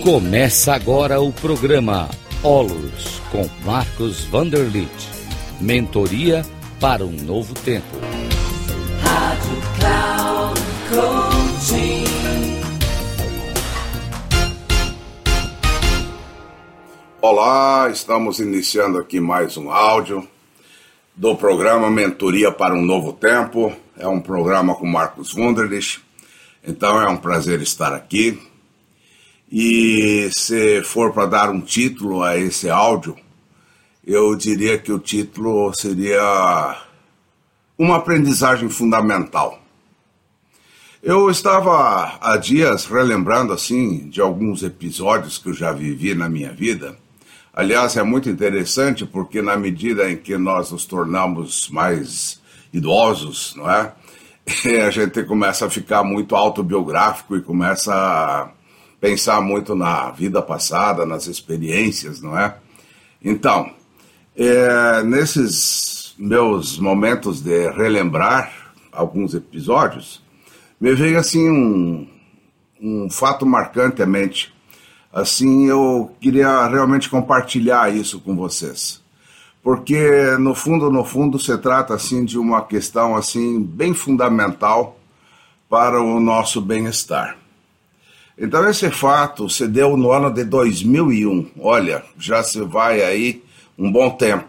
Começa agora o programa Olos com Marcos Vanderlit. Mentoria para um novo tempo. Rádio Cloud Coaching. Olá, estamos iniciando aqui mais um áudio do programa Mentoria para um Novo Tempo. É um programa com Marcos Wunderlich, então é um prazer estar aqui. E se for para dar um título a esse áudio, eu diria que o título seria Uma Aprendizagem Fundamental. Eu estava há dias relembrando assim de alguns episódios que eu já vivi na minha vida. Aliás, é muito interessante porque na medida em que nós nos tornamos mais idosos, não é? A gente começa a ficar muito autobiográfico e começa a pensar muito na vida passada, nas experiências, não é? Então, nesses meus momentos de relembrar alguns episódios, me veio assim um fato marcante à mente. Assim, eu queria realmente compartilhar isso com vocês. Porque, no fundo, se trata assim, de uma questão assim, bem fundamental para o nosso bem-estar. Então, esse fato se deu no ano de 2001. Olha, já se vai aí um bom tempo.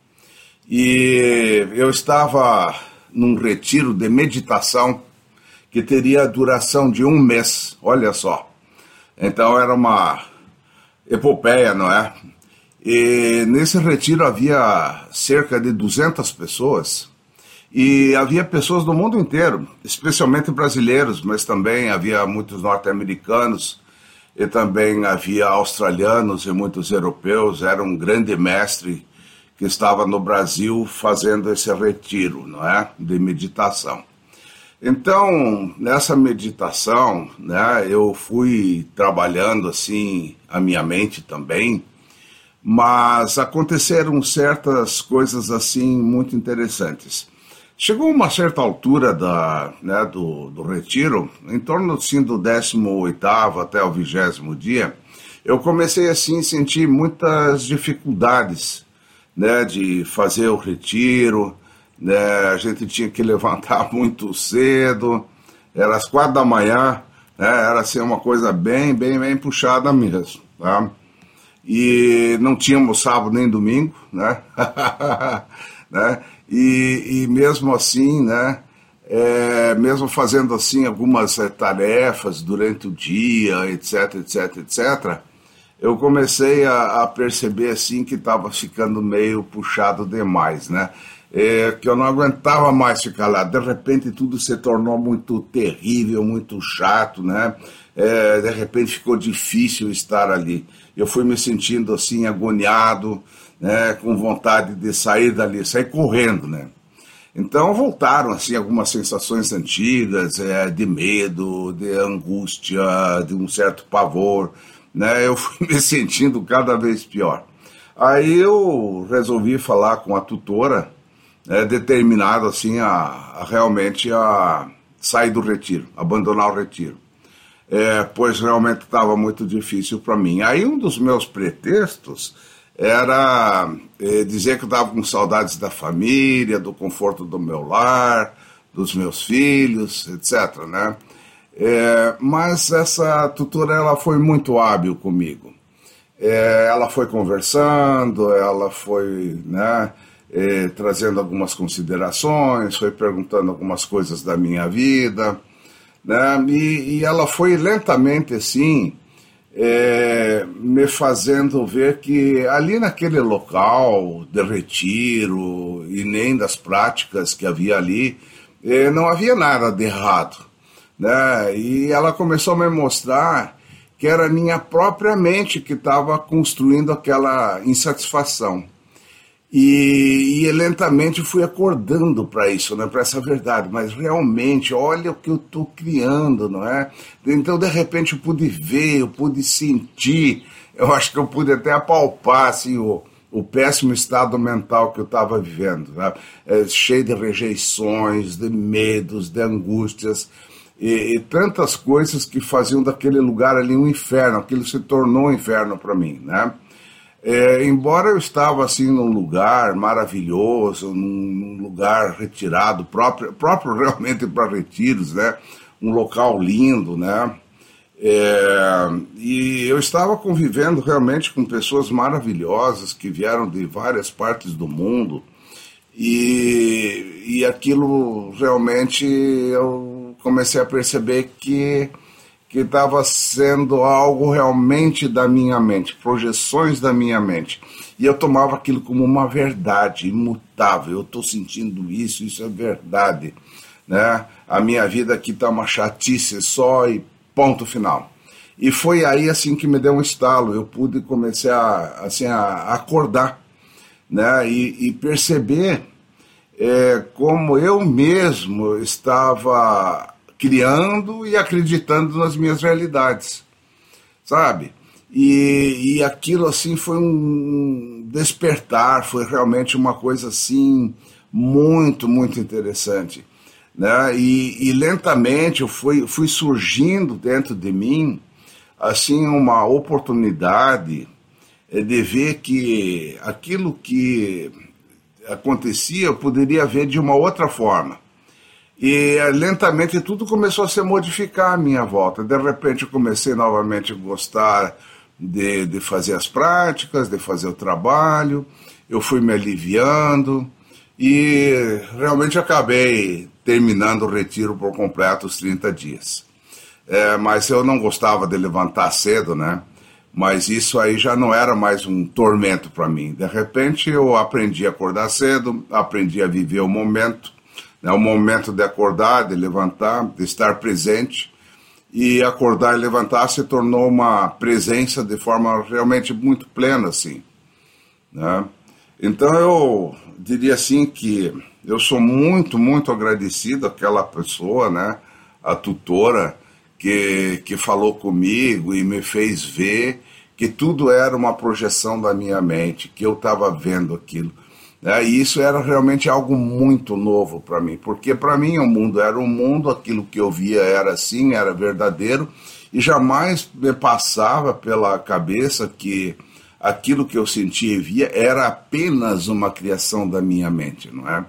E eu estava num retiro de meditação que teria a duração de 1 mês. Olha só. Então, era uma epopeia, não é? E nesse retiro havia cerca de 200 pessoas e havia pessoas do mundo inteiro, especialmente brasileiros, mas também havia muitos norte-americanos e também havia australianos e muitos europeus. Era um grande mestre que estava no Brasil fazendo esse retiro, não é? De meditação. Então, nessa meditação, né, eu fui trabalhando assim a minha mente também, mas aconteceram certas coisas assim muito interessantes. Chegou uma certa altura do retiro, em torno assim, do 18º até o 20º dia, eu comecei assim a sentir muitas dificuldades, né, de fazer o retiro. A gente tinha que levantar muito cedo, era às 4 da manhã, né, era assim uma coisa bem puxada mesmo, tá? E não tínhamos sábado nem domingo, né? Né? E mesmo assim, né, mesmo fazendo assim algumas tarefas durante o dia, etc, eu comecei a perceber assim que estava ficando meio puxado demais, né? Que eu não aguentava mais ficar lá. De repente tudo se tornou muito terrível, muito chato, né? De repente ficou difícil estar ali. Eu fui me sentindo assim agoniado, né? Com vontade de sair dali, sair correndo, né? Então voltaram assim algumas sensações antigas, de medo, de angústia, de um certo pavor, né? Eu fui me sentindo cada vez pior. Aí eu resolvi falar com a tutora, determinado assim a realmente sair do retiro, abandonar o retiro, pois realmente estava muito difícil para mim. Aí um dos meus pretextos era dizer que eu estava com saudades da família, do conforto do meu lar, dos meus filhos, etc, né? Mas essa tutora ela foi muito hábil comigo. Ela foi conversando, ela foi, né, trazendo algumas considerações, foi perguntando algumas coisas da minha vida, né? E ela foi lentamente assim me fazendo ver que ali naquele local de retiro e nem das práticas que havia ali, não havia nada de errado, né? E ela começou a me mostrar que era a minha própria mente que estava construindo aquela insatisfação. E lentamente fui acordando para isso, né, para essa verdade, mas realmente, olha o que eu estou criando, não é? Então, de repente, eu pude ver, eu pude sentir, eu acho que eu pude até apalpar assim, o péssimo estado mental que eu estava vivendo, né? Cheio de rejeições, de medos, de angústias. e tantas coisas que faziam daquele lugar ali um inferno, aquilo se tornou um inferno para mim, né? Embora eu estava assim num lugar maravilhoso, num lugar retirado, próprio realmente para retiros, né? Um local lindo, né? E eu estava convivendo realmente com pessoas maravilhosas que vieram de várias partes do mundo, e aquilo realmente eu comecei a perceber que estava sendo algo realmente da minha mente, projeções da minha mente. E eu tomava aquilo como uma verdade imutável. Eu estou sentindo isso é verdade, né? A minha vida aqui está uma chatice só e ponto final. E foi aí assim que me deu um estalo. Eu pude começar a acordar, né? E perceber como eu mesmo estava criando e acreditando nas minhas realidades, sabe? E aquilo assim foi um despertar, foi realmente uma coisa assim muito, muito interessante, né? E lentamente eu fui surgindo dentro de mim assim uma oportunidade de ver que aquilo que acontecia eu poderia ver de uma outra forma. E lentamente tudo começou a se modificar à minha volta. De repente eu comecei novamente a gostar de fazer as práticas, de fazer o trabalho. Eu fui me aliviando e realmente acabei terminando o retiro por completo, os 30 dias. Mas eu não gostava de levantar cedo, né? Mas isso aí já não era mais um tormento para mim. De repente eu aprendi a acordar cedo, aprendi a viver o momento, né? O momento de acordar, de levantar, de estar presente. E acordar e levantar se tornou uma presença de forma realmente muito plena, assim, né? Então eu diria assim que eu sou muito, muito agradecido àquela pessoa, né? A tutora que falou comigo e me fez ver que tudo era uma projeção da minha mente, que eu estava vendo aquilo. E isso era realmente algo muito novo para mim, porque para mim o mundo era um mundo, aquilo que eu via era assim, era verdadeiro, e jamais me passava pela cabeça que aquilo que eu sentia e via era apenas uma criação da minha mente, não é?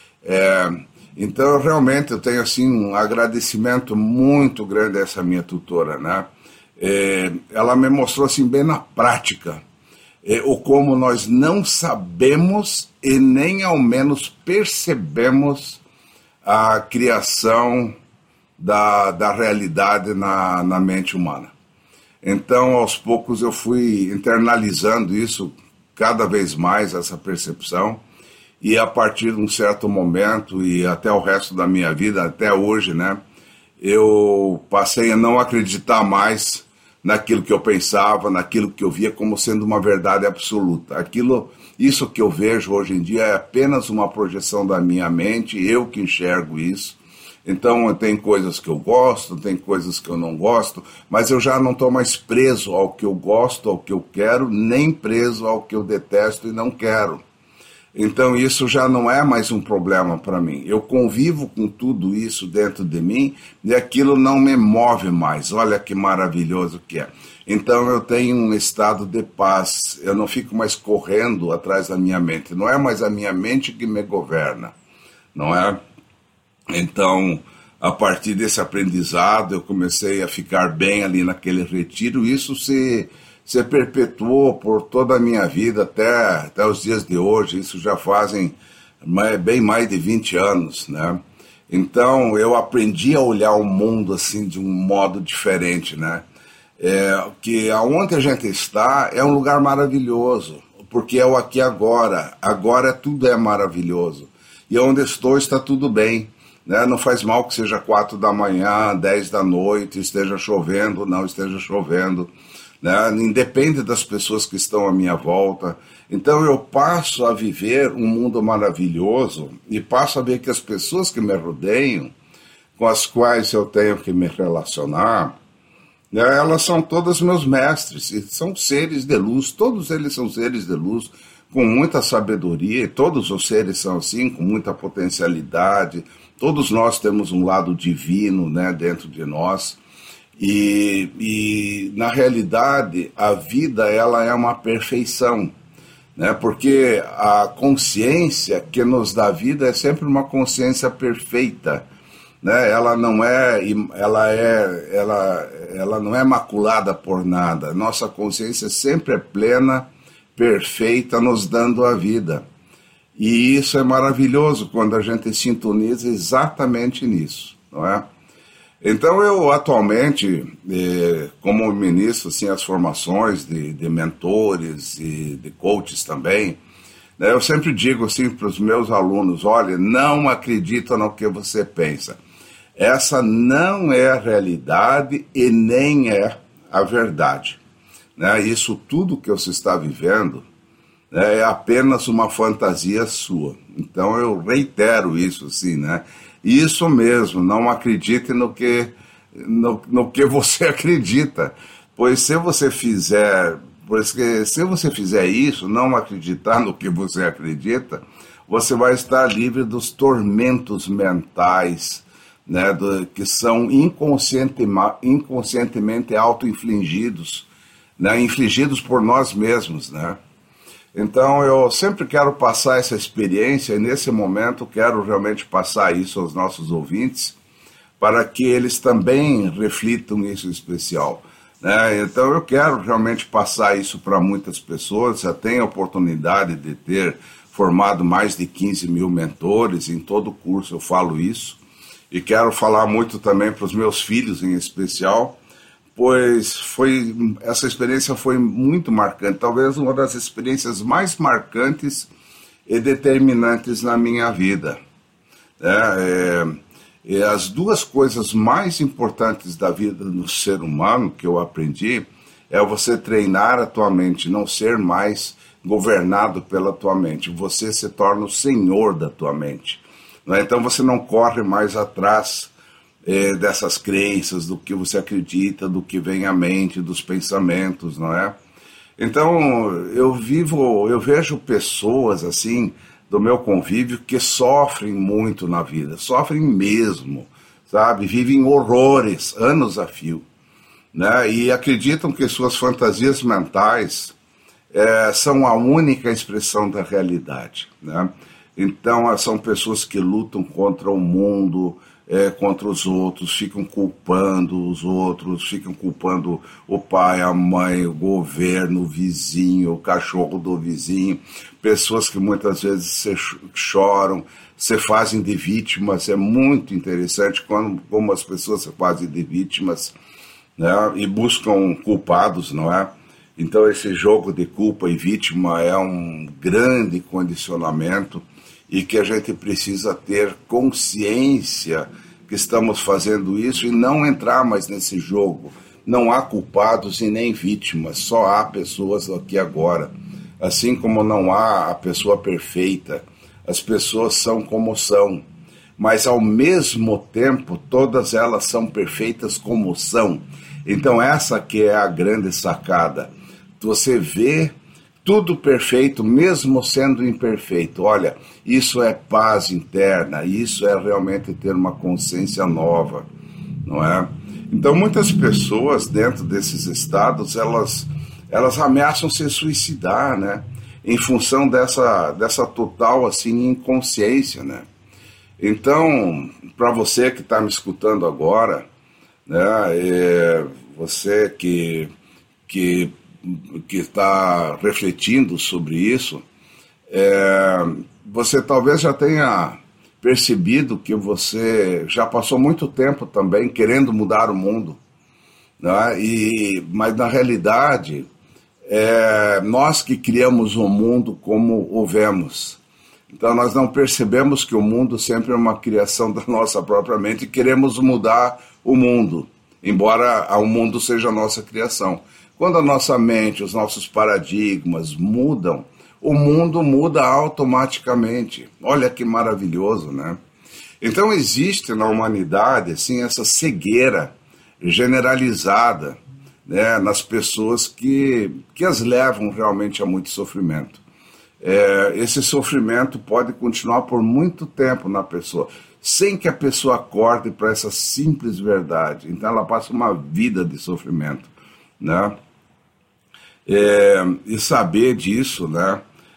Então realmente eu tenho assim um agradecimento muito grande a essa minha tutora, né? Ela me mostrou assim bem na prática o como nós não sabemos e nem ao menos percebemos a criação da realidade na mente humana. Então, aos poucos, eu fui internalizando isso cada vez mais, essa percepção, e a partir de um certo momento e até o resto da minha vida, até hoje, né, eu passei a não acreditar mais naquilo que eu pensava, naquilo que eu via como sendo uma verdade absoluta. Isso que eu vejo hoje em dia é apenas uma projeção da minha mente, eu que enxergo isso. Então tem coisas que eu gosto, tem coisas que eu não gosto, mas eu já não estou mais preso ao que eu gosto, ao que eu quero, nem preso ao que eu detesto e não quero. Então isso já não é mais um problema para mim. Eu convivo com tudo isso dentro de mim e aquilo não me move mais. Olha que maravilhoso que é. Então eu tenho um estado de paz. Eu não fico mais correndo atrás da minha mente. Não é mais a minha mente que me governa, não é? Então, a partir desse aprendizado, eu comecei a ficar bem ali naquele retiro. Isso se perpetuou por toda a minha vida, até os dias de hoje. Isso já fazem bem mais de 20 anos, né? Então, eu aprendi a olhar o mundo assim de um modo diferente, né? Que aonde a gente está é um lugar maravilhoso, porque é o aqui e agora. Agora tudo é maravilhoso. E onde estou está tudo bem, né? Não faz mal que seja 4 da manhã, 10 da noite, esteja chovendo, não esteja chovendo, né? Independe das pessoas que estão à minha volta. Então eu passo a viver um mundo maravilhoso e passo a ver que as pessoas que me rodeiam, com as quais eu tenho que me relacionar, né, elas são todas meus mestres, e são seres de luz, todos eles são seres de luz, com muita sabedoria, e todos os seres são assim, com muita potencialidade, Todos nós temos um lado divino, né, dentro de nós. E na realidade, a vida ela é uma perfeição, né? Porque a consciência que nos dá vida é sempre uma consciência perfeita, né? Ela não é maculada por nada. Nossa consciência sempre é plena, perfeita, nos dando a vida. E isso é maravilhoso quando a gente sintoniza exatamente nisso, não é? Então eu atualmente, como ministro assim, as formações de mentores e de coaches também, né, eu sempre digo assim para os meus alunos, olha, não acredita no que você pensa. Essa não é a realidade e nem é a verdade. Né? Isso tudo que você está vivendo, né, é apenas uma fantasia sua. Então eu reitero isso, assim, né? Isso mesmo, não acredite no que você acredita. Pois se você fizer isso, não acreditar no que você acredita, você vai estar livre dos tormentos mentais, né, que são inconscientemente auto-infligidos, né, infligidos por nós mesmos, né? Então eu sempre quero passar essa experiência e nesse momento quero realmente passar isso aos nossos ouvintes para que eles também reflitam isso em especial, né? Então eu quero realmente passar isso para muitas pessoas, já tenho a oportunidade de ter formado mais de 15 mil mentores, em todo o curso eu falo isso, e quero falar muito também para os meus filhos em especial, pois essa experiência foi muito marcante, talvez uma das experiências mais marcantes e determinantes na minha vida. E as duas coisas mais importantes da vida do ser humano que eu aprendi é você treinar a tua mente, não ser mais governado pela tua mente. Você se torna o senhor da tua mente. Então você não corre mais atrás dessas crenças, do que você acredita, do que vem à mente, dos pensamentos, não é? Então, eu vejo pessoas, assim, do meu convívio, que sofrem muito na vida, sofrem mesmo, sabe? Vivem horrores, anos a fio, né? E acreditam que suas fantasias mentais são a única expressão da realidade, né? Então, são pessoas que lutam contra o mundo, contra os outros, ficam culpando os outros, ficam culpando o pai, a mãe, o governo, o vizinho, o cachorro do vizinho, pessoas que muitas vezes choram, se fazem de vítimas. É muito interessante como as pessoas se fazem de vítimas, né, e buscam culpados, não é? Então esse jogo de culpa e vítima é um grande condicionamento e que a gente precisa ter consciência que estamos fazendo isso e não entrar mais nesse jogo. Não há culpados e nem vítimas, só há pessoas aqui agora. Assim como não há a pessoa perfeita, as pessoas são como são, mas ao mesmo tempo todas elas são perfeitas como são. Então essa que é a grande sacada. Você vê tudo perfeito, mesmo sendo imperfeito. Olha, isso é paz interna, isso é realmente ter uma consciência nova, não é? Então, muitas pessoas dentro desses estados, elas ameaçam se suicidar, né? Em função dessa total, assim, inconsciência, né? Então, para você que está me escutando agora, né? Você que está refletindo sobre isso, você talvez já tenha percebido que você já passou muito tempo também querendo mudar o mundo, né? Mas na realidade, nós que criamos o mundo como o vemos. Então nós não percebemos que o mundo sempre é uma criação da nossa própria mente e queremos mudar o mundo, embora o mundo seja a nossa criação. Quando a nossa mente, os nossos paradigmas mudam, o mundo muda automaticamente. Olha que maravilhoso, né? Então existe na humanidade assim, essa cegueira generalizada, né, nas pessoas que as levam realmente a muito sofrimento. esse sofrimento pode continuar por muito tempo na pessoa, sem que a pessoa acorde para essa simples verdade. Então ela passa uma vida de sofrimento, né? E saber disso, né,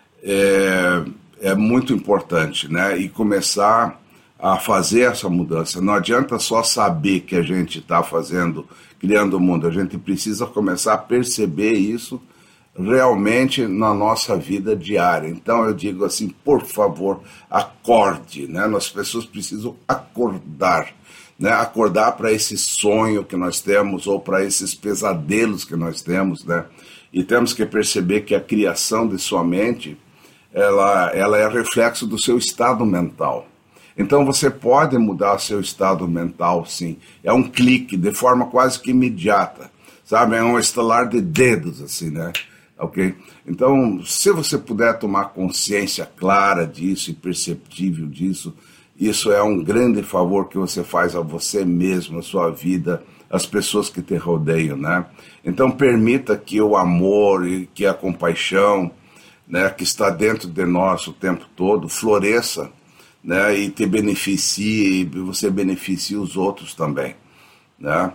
é muito importante, né? E começar a fazer essa mudança. Não adianta só saber que a gente está criando o mundo, a gente precisa começar a perceber isso realmente na nossa vida diária. Então eu digo assim, por favor, acorde, né? As pessoas precisam acordar, né? Acordar para esse sonho que nós temos ou para esses pesadelos que nós temos, né? E temos que perceber que a criação de sua mente, ela é reflexo do seu estado mental. Então você pode mudar seu estado mental, sim. É um clique, de forma quase que imediata, sabe? É um estalar de dedos, assim, né? Ok? Então, se você puder tomar consciência clara disso e perceptível disso, isso é um grande favor que você faz a você mesmo, a sua vida, as pessoas que te rodeiam, né? Então, permita que o amor e que a compaixão, né, que está dentro de nós o tempo todo, floresça, né, e te beneficie, e você beneficie os outros também, né?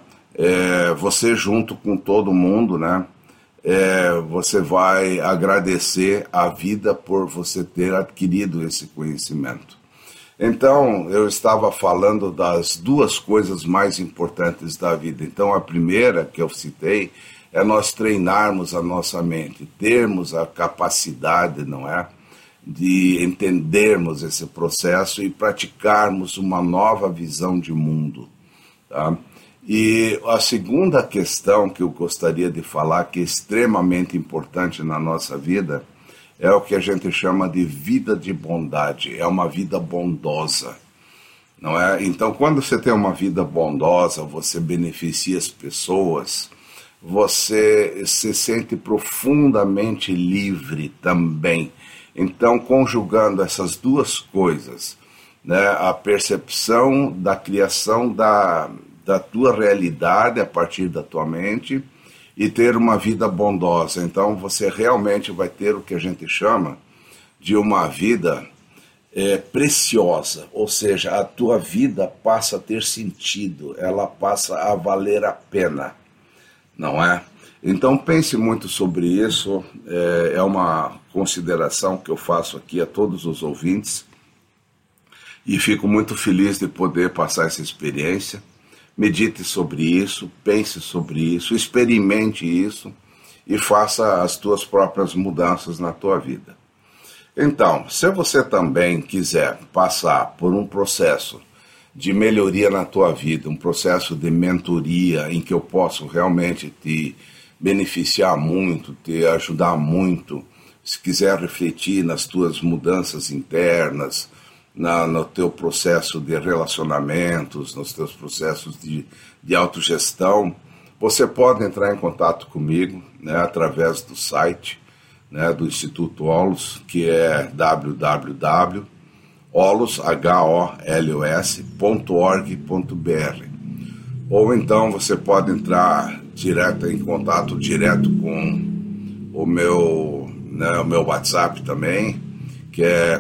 Você junto com todo mundo, né? Você vai agradecer a vida por você ter adquirido esse conhecimento. Então, eu estava falando das duas coisas mais importantes da vida. Então, a primeira que eu citei é nós treinarmos a nossa mente, termos a capacidade, não é, de entendermos esse processo e praticarmos uma nova visão de mundo, tá? E a segunda questão que eu gostaria de falar, que é extremamente importante na nossa vida, é o que a gente chama de vida de bondade, é uma vida bondosa, não é? Então, quando você tem uma vida bondosa, você beneficia as pessoas, você se sente profundamente livre também. Então, conjugando essas duas coisas, né, a percepção da criação da tua realidade a partir da tua mente e ter uma vida bondosa. Então você realmente vai ter o que a gente chama de uma vida preciosa, ou seja, a tua vida passa a ter sentido, ela passa a valer a pena, não é? Então pense muito sobre isso, é uma consideração que eu faço aqui a todos os ouvintes e fico muito feliz de poder passar essa experiência. Medite sobre isso, pense sobre isso, experimente isso e faça as tuas próprias mudanças na tua vida. Então, se você também quiser passar por um processo de melhoria na tua vida, um processo de mentoria em que eu posso realmente te beneficiar muito, te ajudar muito, se quiser refletir nas tuas mudanças internas, no teu processo de relacionamentos, nos teus processos de autogestão, você pode entrar em contato comigo, né, através do site, né, do Instituto Holos, que é www.holos.org.br. Ou então você pode entrar em contato direto com o meu WhatsApp também, que é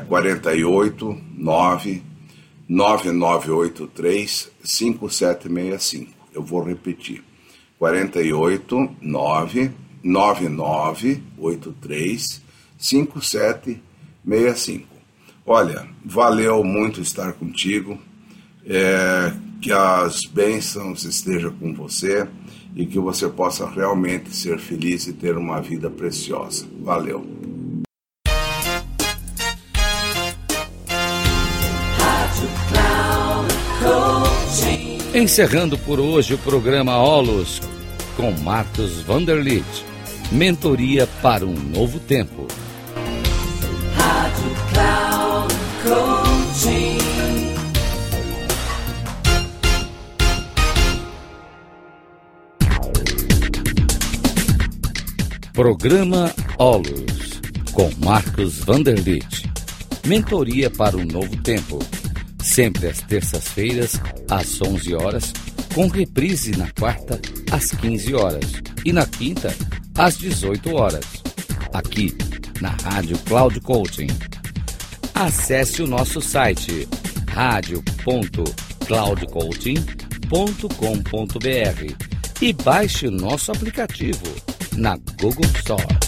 489-9983-5765. Eu vou repetir, 489-9983-5765. Olha, valeu muito estar contigo, que as bênçãos estejam com você e que você possa realmente ser feliz e ter uma vida preciosa. Valeu. Encerrando por hoje o programa Holos com Marcos Vanderlit. Mentoria para um novo tempo. Rádio Cloud Coaching. Programa Holos com Marcos Vanderlit. Mentoria para um novo tempo. Sempre às terças-feiras, às 11 horas, com reprise na quarta, às 15 horas, e na quinta, às 18 horas. Aqui, na Rádio Cloud Coaching. Acesse o nosso site radio.cloudcoaching.com.br e baixe o nosso aplicativo na Google Store.